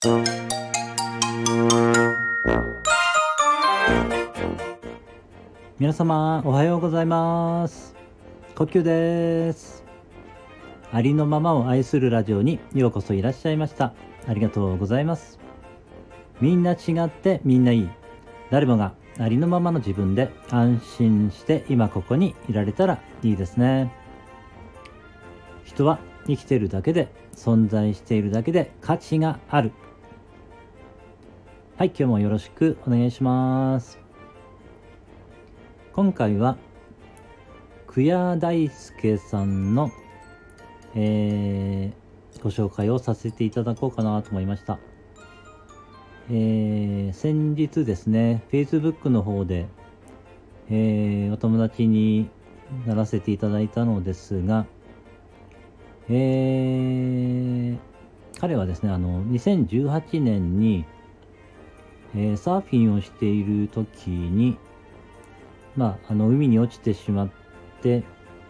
皆様おはようございます。呼吸です。ありのままを愛するラジオにようこそいらっしゃいました。ありがとうございます。みんな違ってみんないい。誰もがありのままの自分で安心して今ここにいられたらいいですね。人は生きているだけで、存在しているだけで価値がある。はい、今日もよろしくお願いします。今回は久谷大輔さんの、ご紹介をさせていただこうかなと思いました。先日ですね、Facebook の方で、お友達にならせていただいたのですが、彼はですね、2018年に、サーフィンをしている時に、海に落ちてしまって、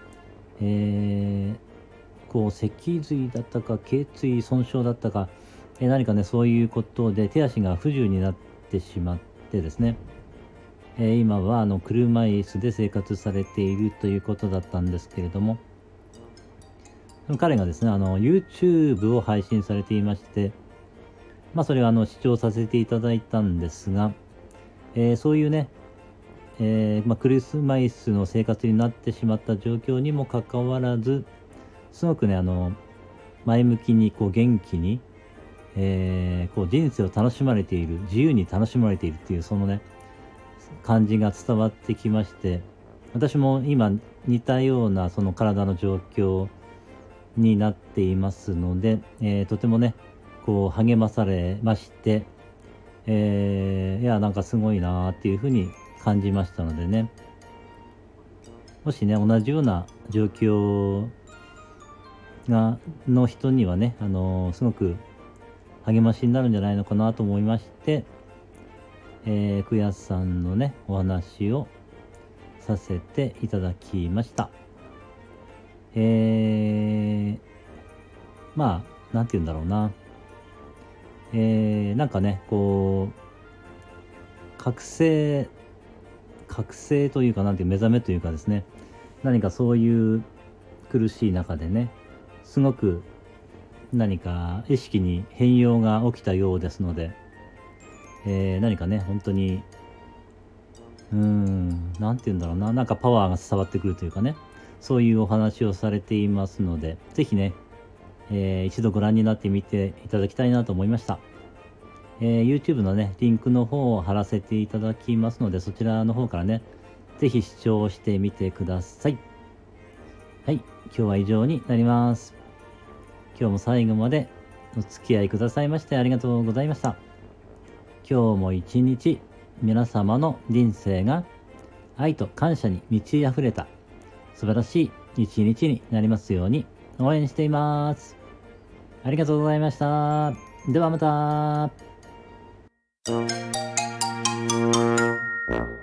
脊髄だったか頸椎損傷だったか、何かねそういうことで手足が不自由になってしまってですね、今は車椅子で生活されているということだったんですけれども、彼がですねYouTube を配信されていまして、それを視聴させていただいたんですが、そういうね、車椅子の生活になってしまった状況にもかかわらず、すごくね前向きに元気に、人生を楽しまれている、自由に楽しまれているっていうそのね感じが伝わってきまして、私も今似たようなその体の状況になっていますので、とてもね励まされまして、いやなんかすごいなっていうふうに感じましたのでね、もしね同じような状況の人にはね、すごく励ましになるんじゃないのかなと思いまして、久谷さんのねお話をさせていただきました。なんて言うんだろうな、なんかね覚醒というか、なんていう目覚めというかですね、何かそういう苦しい中でね、すごく何か意識に変容が起きたようですので、何かね本当になんて言うんだろうな、なんかパワーが伝わってくるというかね、そういうお話をされていますので、ぜひね、一度ご覧になってみていただきたいなと思いました。YouTube のねリンクの方を貼らせていただきますので、そちらの方からねぜひ視聴してみてください。はい、今日は以上になります。今日も最後までお付き合いくださいましてありがとうございました。今日も一日皆様の人生が愛と感謝に満ち溢れた素晴らしい一日になりますように応援しています。ありがとうございました。ではまた。